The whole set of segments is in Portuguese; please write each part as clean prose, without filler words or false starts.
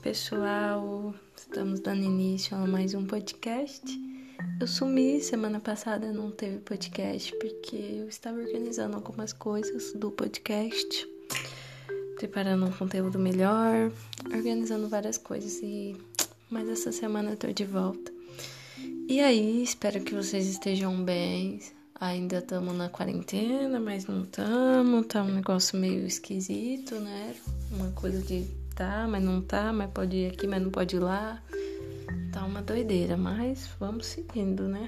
pessoal, estamos dando início a mais um podcast. Eu sumi, semana passada não teve podcast porque eu estava organizando algumas coisas do podcast, preparando um conteúdo melhor, organizando várias coisas, mas essa semana eu tô de volta. E aí, espero que vocês estejam bem. Ainda estamos na quarentena, mas não estamos, tá um negócio meio esquisito, né? Uma coisa de tá, mas não tá, mas pode ir aqui, mas não pode ir lá. Tá uma doideira, mas vamos seguindo, né?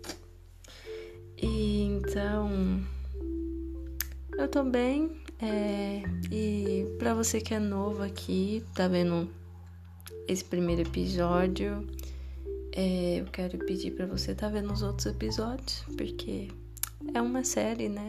E então, eu tô bem, e pra você que é novo aqui, tá vendo esse primeiro episódio, eu quero pedir pra você tá vendo os outros episódios, porque é uma série, né?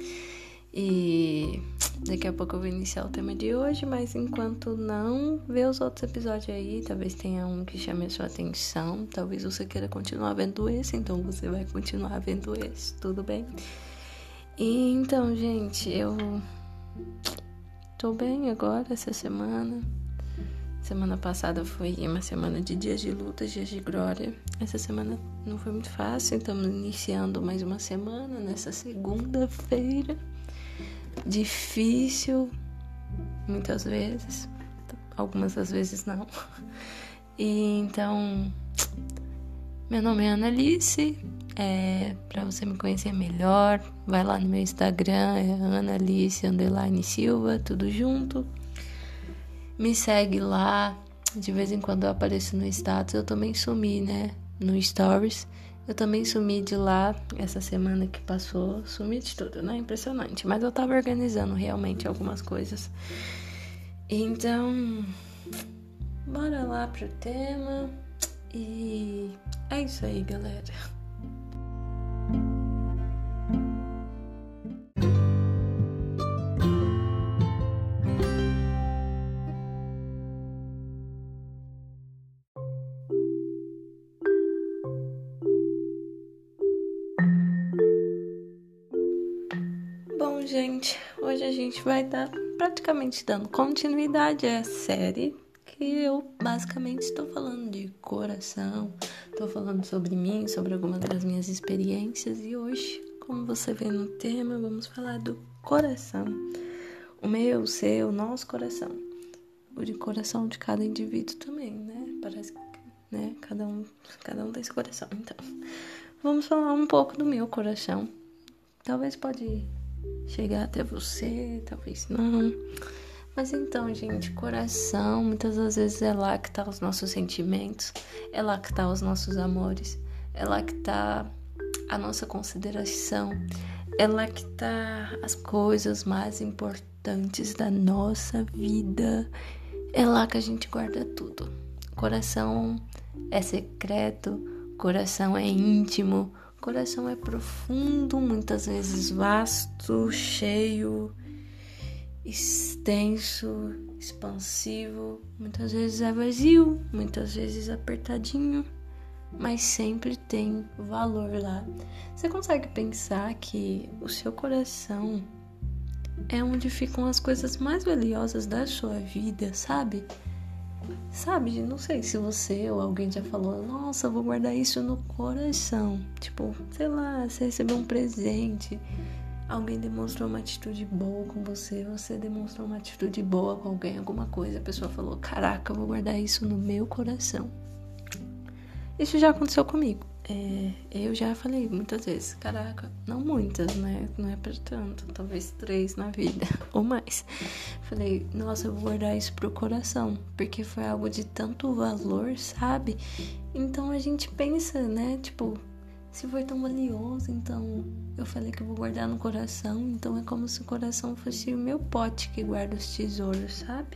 E daqui a pouco eu vou iniciar o tema de hoje, mas enquanto não, vê os outros episódios aí, talvez tenha um que chame a sua atenção, talvez você queira continuar vendo esse, então você vai continuar vendo esse, tudo bem? E então, gente, eu tô bem agora essa semana. Semana passada foi uma semana de dias de luta, dias de glória. Essa semana não foi muito fácil, estamos iniciando mais uma semana nessa segunda-feira. Difícil, muitas vezes, algumas das vezes não. E então, meu nome é Analice, pra você me conhecer melhor, vai lá no meu Instagram, é Analice_Silva, tudo junto. Me segue lá, de vez em quando eu apareço no status, eu também sumi, né, no stories. Eu também sumi de lá essa semana que passou, sumi de tudo, né, impressionante. Mas eu tava organizando realmente algumas coisas. Então, bora lá pro tema e é isso aí, galera. Bom, gente, hoje a gente vai estar praticamente dando continuidade à série que eu basicamente estou falando de coração, estou falando sobre mim, sobre algumas das minhas experiências e hoje, como você vê no tema, vamos falar do coração. O meu, o seu, o nosso coração. O de coração de cada indivíduo também, né? Parece que, né? Cada um tem esse coração. Então, vamos falar um pouco do meu coração. Talvez pode chegar até você, talvez não. Mas então, gente, coração, muitas das vezes é lá que tá os nossos sentimentos, é lá que tá os nossos amores, é lá que tá a nossa consideração, é lá que tá as coisas mais importantes da nossa vida, é lá que a gente guarda tudo. Coração é secreto, coração é íntimo, coração é profundo, muitas vezes vasto, cheio, extenso, expansivo, muitas vezes é vazio, muitas vezes apertadinho, mas sempre tem valor lá. Você consegue pensar que o seu coração é onde ficam as coisas mais valiosas da sua vida, sabe? Sabe, não sei se você ou alguém já falou, nossa, eu vou guardar isso no coração. Tipo, sei lá, você recebeu um presente, alguém demonstrou uma atitude boa com você, você demonstrou uma atitude boa com alguém, alguma coisa, a pessoa falou, caraca, eu vou guardar isso no meu coração. Isso já aconteceu comigo. Eu já falei muitas vezes, caraca, não muitas, né? Não é pra tanto, talvez 3 na vida, ou mais. Falei, nossa, eu vou guardar isso pro coração, porque foi algo de tanto valor, sabe? Então a gente pensa, né? Tipo, se foi tão valioso, então eu falei que eu vou guardar no coração, então é como se o coração fosse o meu pote que guarda os tesouros, sabe?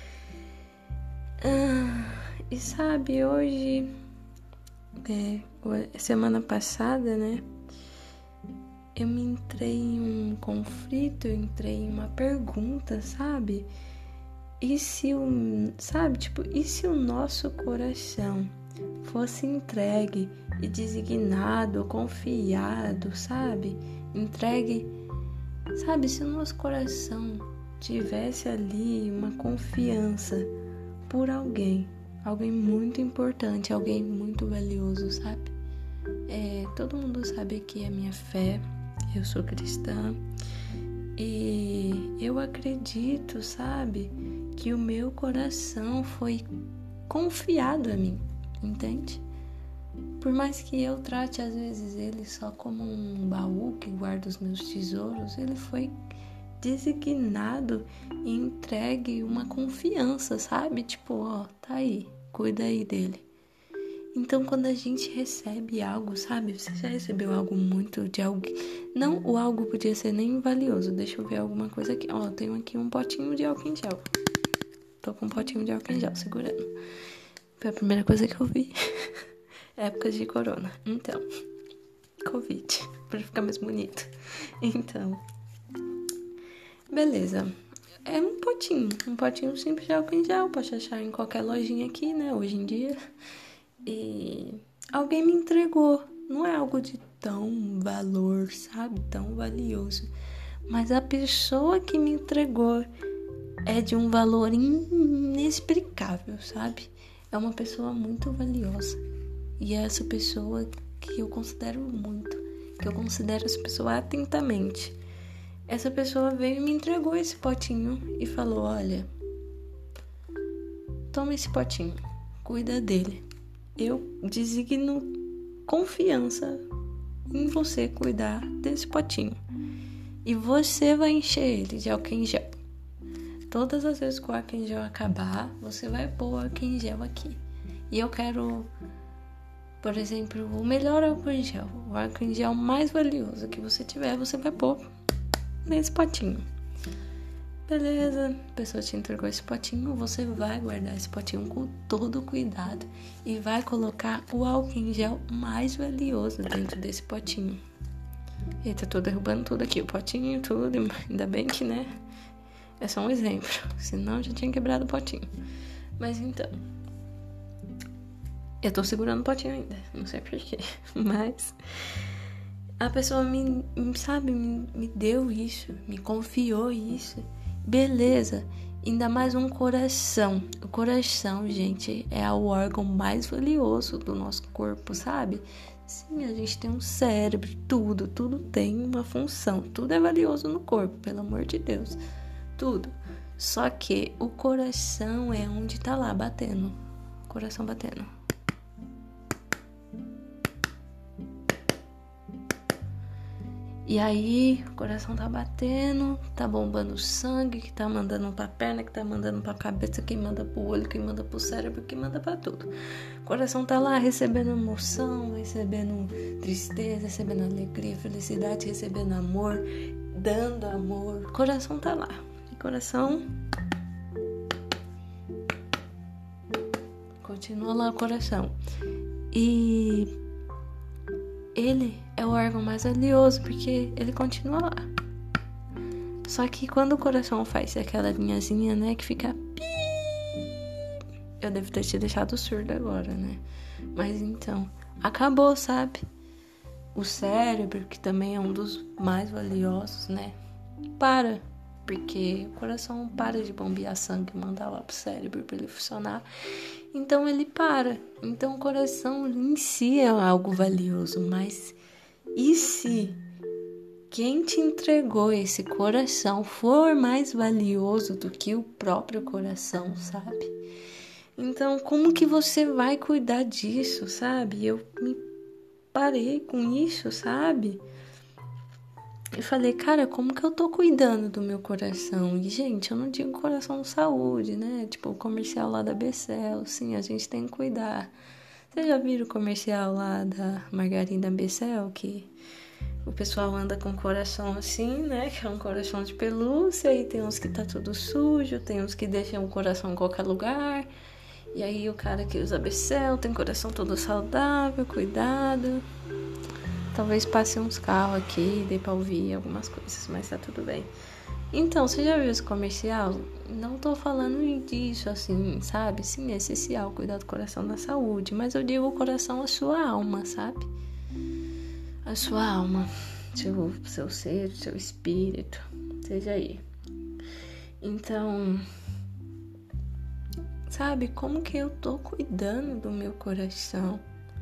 E sabe, hoje... semana passada, né, eu me entrei em um conflito, eu entrei em uma pergunta, sabe? E se o nosso coração fosse entregue e designado, confiado, sabe? Entregue, sabe? Se o nosso coração tivesse ali uma confiança por alguém muito importante, alguém muito valioso, sabe? Todo mundo sabe que é minha fé, eu sou cristã e eu acredito, sabe, que o meu coração foi confiado a mim, entende? Por mais que eu trate às vezes ele só como um baú que guarda os meus tesouros, ele foi designado e entregue uma confiança, sabe? Tipo, ó, tá aí, cuida aí dele. Então, quando a gente recebe algo, sabe? Você já recebeu algo muito de algo... Não, o algo podia ser nem valioso. Deixa eu ver alguma coisa aqui. Ó, eu tenho aqui um potinho de álcool em gel. Tô com um potinho de álcool em gel segurando. Foi a primeira coisa que eu vi. Épocas de corona. Então, Covid. Pra ficar mais bonito. Então, beleza. É um potinho simples de álcool em gel. Pode achar em qualquer lojinha aqui, né? Hoje em dia. E alguém me entregou. Não é algo de tão valor, sabe? Tão valioso. Mas a pessoa que me entregou é de um valor inexplicável, sabe? É uma pessoa muito valiosa. E é essa pessoa que eu considero muito. Que eu considero essa pessoa atentamente. Essa pessoa veio e me entregou esse potinho e falou, olha, toma esse potinho, cuida dele. Eu designo confiança em você cuidar desse potinho. E você vai encher ele de álcool em gel. Todas as vezes que o álcool em gel acabar, você vai pôr o álcool em gel aqui. E eu quero, por exemplo, o melhor álcool em gel. O álcool em gel mais valioso que você tiver, você vai pôr nesse potinho. Beleza, a pessoa te entregou esse potinho, você vai guardar esse potinho com todo cuidado e vai colocar o álcool em gel mais valioso dentro desse potinho. Eita, tô derrubando tudo aqui, o potinho, tudo, ainda bem que, né, é só um exemplo, senão já tinha quebrado o potinho. Mas então, eu tô segurando o potinho ainda, não sei porquê, mas a pessoa me deu isso, me confiou isso. Beleza, ainda mais um coração. O coração, gente, é o órgão mais valioso do nosso corpo, sabe? Sim, a gente tem um cérebro, tudo tem uma função. Tudo é valioso no corpo, pelo amor de Deus. Tudo. Só que o coração é onde tá lá batendo. Coração batendo. E aí, o coração tá batendo, tá bombando sangue, que tá mandando pra perna, que tá mandando pra cabeça, que manda pro olho, que manda pro cérebro, que manda pra tudo. O coração tá lá recebendo emoção, recebendo tristeza, recebendo alegria, felicidade, recebendo amor, dando amor. O coração tá lá. E coração... Continua lá o coração. E... ele é o órgão mais valioso porque ele continua lá. Só que quando o coração faz aquela linhazinha, né, que fica pi... Eu devo ter te deixado surdo agora, né? Mas então, acabou, sabe? O cérebro, que também é um dos mais valiosos, né? Para. Porque o coração para de bombear sangue e mandar lá pro cérebro pra ele funcionar. Então ele para. Então o coração em si é algo valioso, mas e se quem te entregou esse coração for mais valioso do que o próprio coração, sabe? Então como que você vai cuidar disso, sabe? Eu me parei com isso, sabe? Eu falei, cara, como que eu tô cuidando do meu coração? E, gente, eu não digo coração de saúde, né? Tipo, o comercial lá da Becel, sim, a gente tem que cuidar. Vocês já viram o comercial lá da Margarida Becel, que o pessoal anda com o coração assim, né? Que é um coração de pelúcia, e tem uns que tá tudo sujo, tem uns que deixam o coração em qualquer lugar. E aí o cara que usa Becel tem coração todo saudável, cuidado. Talvez passe uns carros aqui, dê pra ouvir algumas coisas, mas tá tudo bem. Então, você já viu esse comercial? Não tô falando disso assim, sabe? Sim, é essencial cuidar do coração da saúde, mas eu digo o coração, a sua alma, sabe? A sua alma, seu ser, seu espírito, seja aí. Então, sabe? Como que eu tô cuidando do meu coração?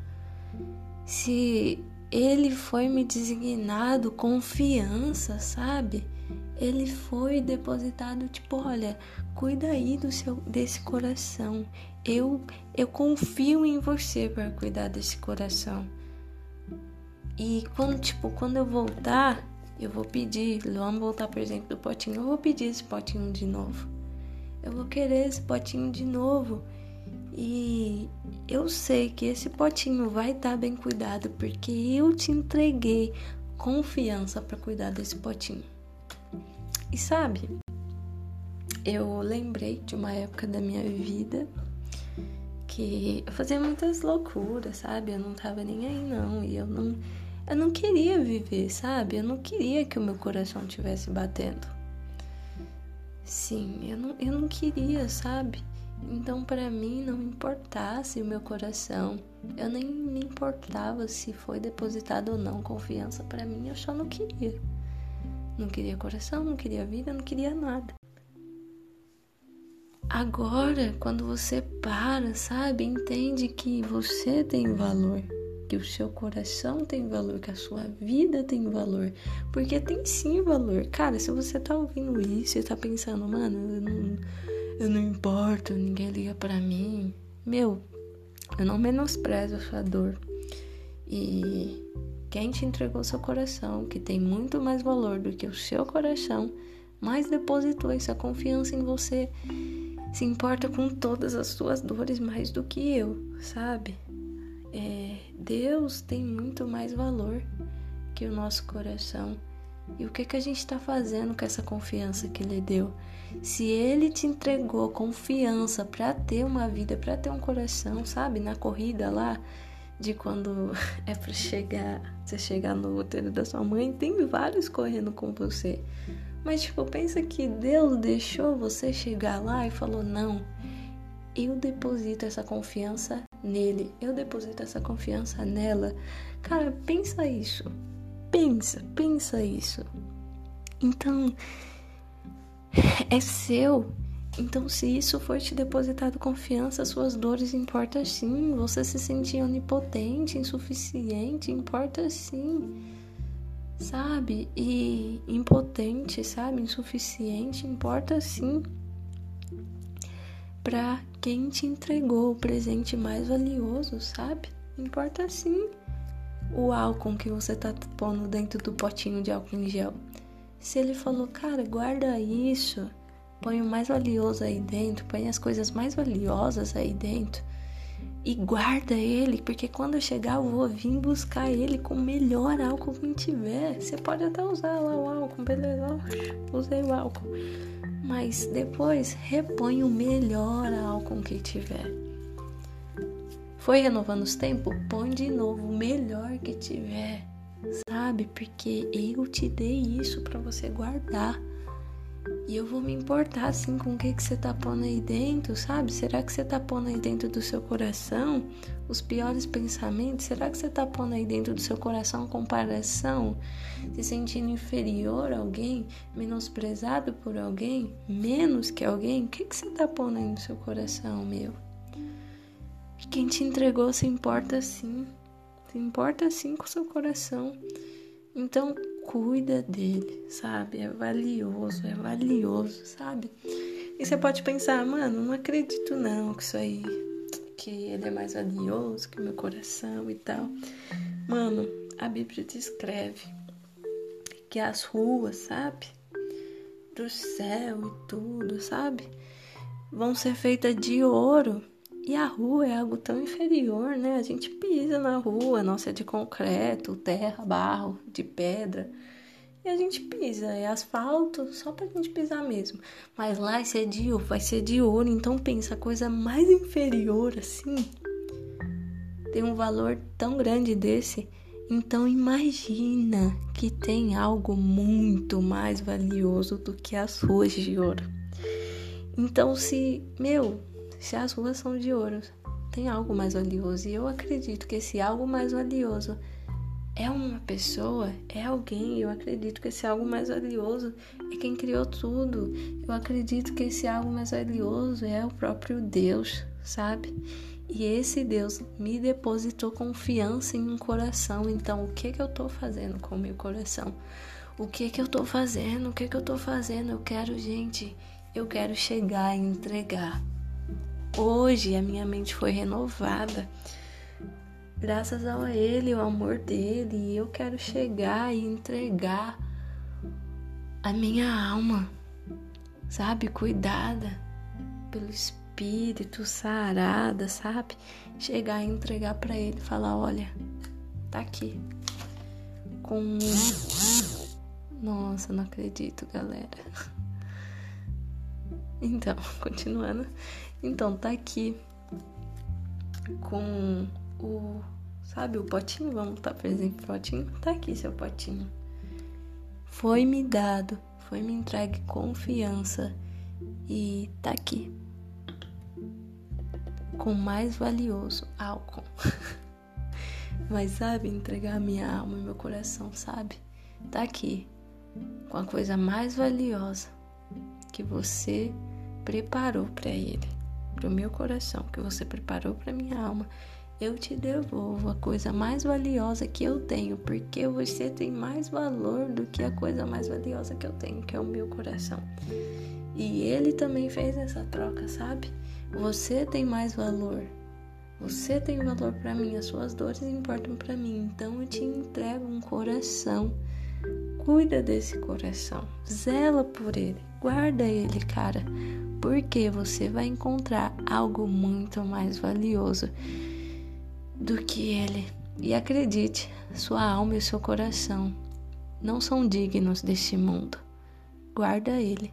Se ele foi me designado confiança, sabe? Ele foi depositado, tipo, olha, cuida aí desse coração. Eu confio em você para cuidar desse coração. E quando eu voltar, eu vou pedir, vamos voltar, por exemplo, do potinho. Eu vou pedir esse potinho de novo. Eu vou querer esse potinho de novo. E eu sei que esse potinho vai estar bem cuidado, porque eu te entreguei confiança para cuidar desse potinho. E sabe, eu lembrei de uma época da minha vida que eu fazia muitas loucuras, sabe? Eu não tava nem aí não, e eu não queria viver, sabe? Eu não queria que o meu coração estivesse batendo. Sim, eu não queria, sabe? Então, pra mim, não importasse o meu coração. Eu nem me importava se foi depositado ou não confiança. Pra mim, eu só não queria. Não queria coração, não queria vida, não queria nada. Agora, quando você para, sabe? Entende que você tem valor. Que o seu coração tem valor, que a sua vida tem valor. Porque tem sim valor. Cara, se você tá ouvindo isso e tá pensando, mano, eu não importo, ninguém liga pra mim. Meu, eu não menosprezo a sua dor. E quem te entregou seu coração, que tem muito mais valor do que o seu coração, mas depositou essa confiança em você, se importa com todas as suas dores mais do que eu, sabe? Deus tem muito mais valor que o nosso coração. E o que a gente está fazendo com essa confiança que Ele deu? Se Ele te entregou confiança para ter uma vida, para ter um coração, sabe? Na corrida lá, de quando é para você chegar no útero da sua mãe, tem vários correndo com você. Mas pensa que Deus deixou você chegar lá e falou, não, eu deposito essa confiança nele, eu deposito essa confiança nela. Cara, pensa isso. Pensa isso. Então, é seu. Então, se isso for te depositado confiança, suas dores importa sim. Você se sentir onipotente, insuficiente, importa sim. Sabe? E impotente, sabe? Insuficiente, importa sim. Pra quem te entregou o presente mais valioso, sabe? Importa sim. O álcool que você tá pondo dentro do potinho de álcool em gel. Se ele falou, cara, guarda isso, põe o mais valioso aí dentro, põe as coisas mais valiosas aí dentro e guarda ele, porque quando eu chegar eu vou vir buscar ele com o melhor álcool que tiver. Você pode até usar lá o álcool, beleza? Usei o álcool. Mas depois repõe o melhor álcool que tiver. Foi renovando os tempos? Põe de novo o melhor que tiver, sabe? Porque eu te dei isso pra você guardar. E eu vou me importar, assim, com o que você tá pondo aí dentro, sabe? Será que você tá pondo aí dentro do seu coração os piores pensamentos? Será que você tá pondo aí dentro do seu coração comparação? Se sentindo inferior a alguém? Menosprezado por alguém? Menos que alguém? O que você tá pondo aí no seu coração, meu? Quem te entregou se importa sim. Se importa sim com o seu coração. Então, cuida dele, sabe? É valioso, sabe? E você pode pensar, mano, não acredito não que isso aí, que ele é mais valioso que o meu coração e tal. Mano, a Bíblia descreve que as ruas, sabe? Do céu e tudo, sabe? Vão ser feitas de ouro. E a rua é algo tão inferior, né? A gente pisa na rua, nossa, é de concreto, terra, barro, de pedra. E a gente pisa, é asfalto, só pra gente pisar mesmo. Mas lá vai ser de ouro, então pensa, a coisa mais inferior assim tem um valor tão grande desse. Então imagina que tem algo muito mais valioso do que as ruas de ouro. Então se as ruas são de ouro, tem algo mais valioso. E eu acredito que esse algo mais valioso é uma pessoa, é alguém. Eu acredito que esse algo mais valioso é quem criou tudo. Eu acredito que esse algo mais valioso é o próprio Deus, sabe? E esse Deus me depositou confiança em um coração. Então, o que eu tô fazendo com o meu coração? O que eu tô fazendo? Eu quero chegar e entregar. Hoje a minha mente foi renovada. Graças a Ele, o amor dele, e eu quero chegar e entregar a minha alma, sabe? Cuidada pelo Espírito, sarada, sabe? Chegar e entregar pra Ele, falar, olha, tá aqui. Nossa, não acredito, galera. Então, continuando. Então, tá aqui com sabe o potinho? Vamos estar presente no potinho? Tá aqui seu potinho. Foi me dado, foi me entregue confiança e tá aqui. Com o mais valioso, álcool. Mas sabe, entregar minha alma e meu coração, sabe? Tá aqui. Com a coisa mais valiosa que você preparou para ele, para o meu coração, que você preparou para minha alma. Eu te devolvo a coisa mais valiosa que eu tenho, porque você tem mais valor do que a coisa mais valiosa que eu tenho, que é o meu coração. E ele também fez essa troca, sabe? Você tem mais valor. Você tem valor para mim, as suas dores importam para mim. Então eu te entrego um coração. Cuida desse coração, zela por ele, guarda ele, cara, porque você vai encontrar algo muito mais valioso do que ele. E acredite, sua alma e seu coração não são dignos deste mundo. Guarda ele.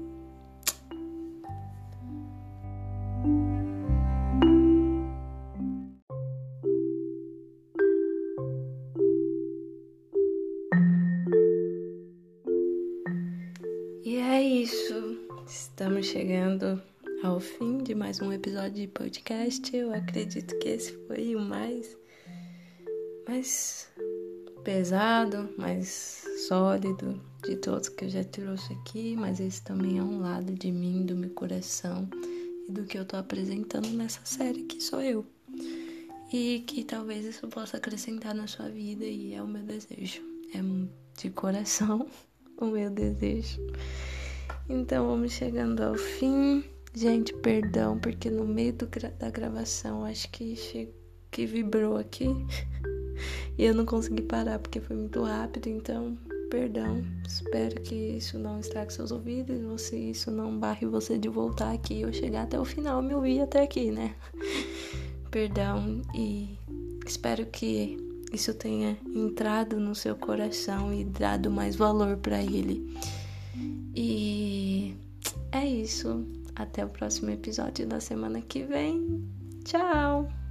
E é isso. Estamos chegando ao fim de mais um episódio de podcast. Eu acredito que esse foi o mais pesado, mais sólido de todos que eu já trouxe aqui, mas esse também é um lado de mim, do meu coração e do que eu tô apresentando nessa série que sou eu. E que talvez isso possa acrescentar na sua vida, e é o meu desejo. É de coração o meu desejo. Então vamos chegando ao fim. Gente, perdão, porque no meio da gravação acho que vibrou aqui e eu não consegui parar porque foi muito rápido. Então, perdão. Espero que isso não estrague seus ouvidos, isso não barre você de voltar aqui ou chegar até o final, me ouvir até aqui, né? Perdão, e espero que isso tenha entrado no seu coração e dado mais valor para ele. E é isso. Até o próximo episódio da semana que vem. Tchau!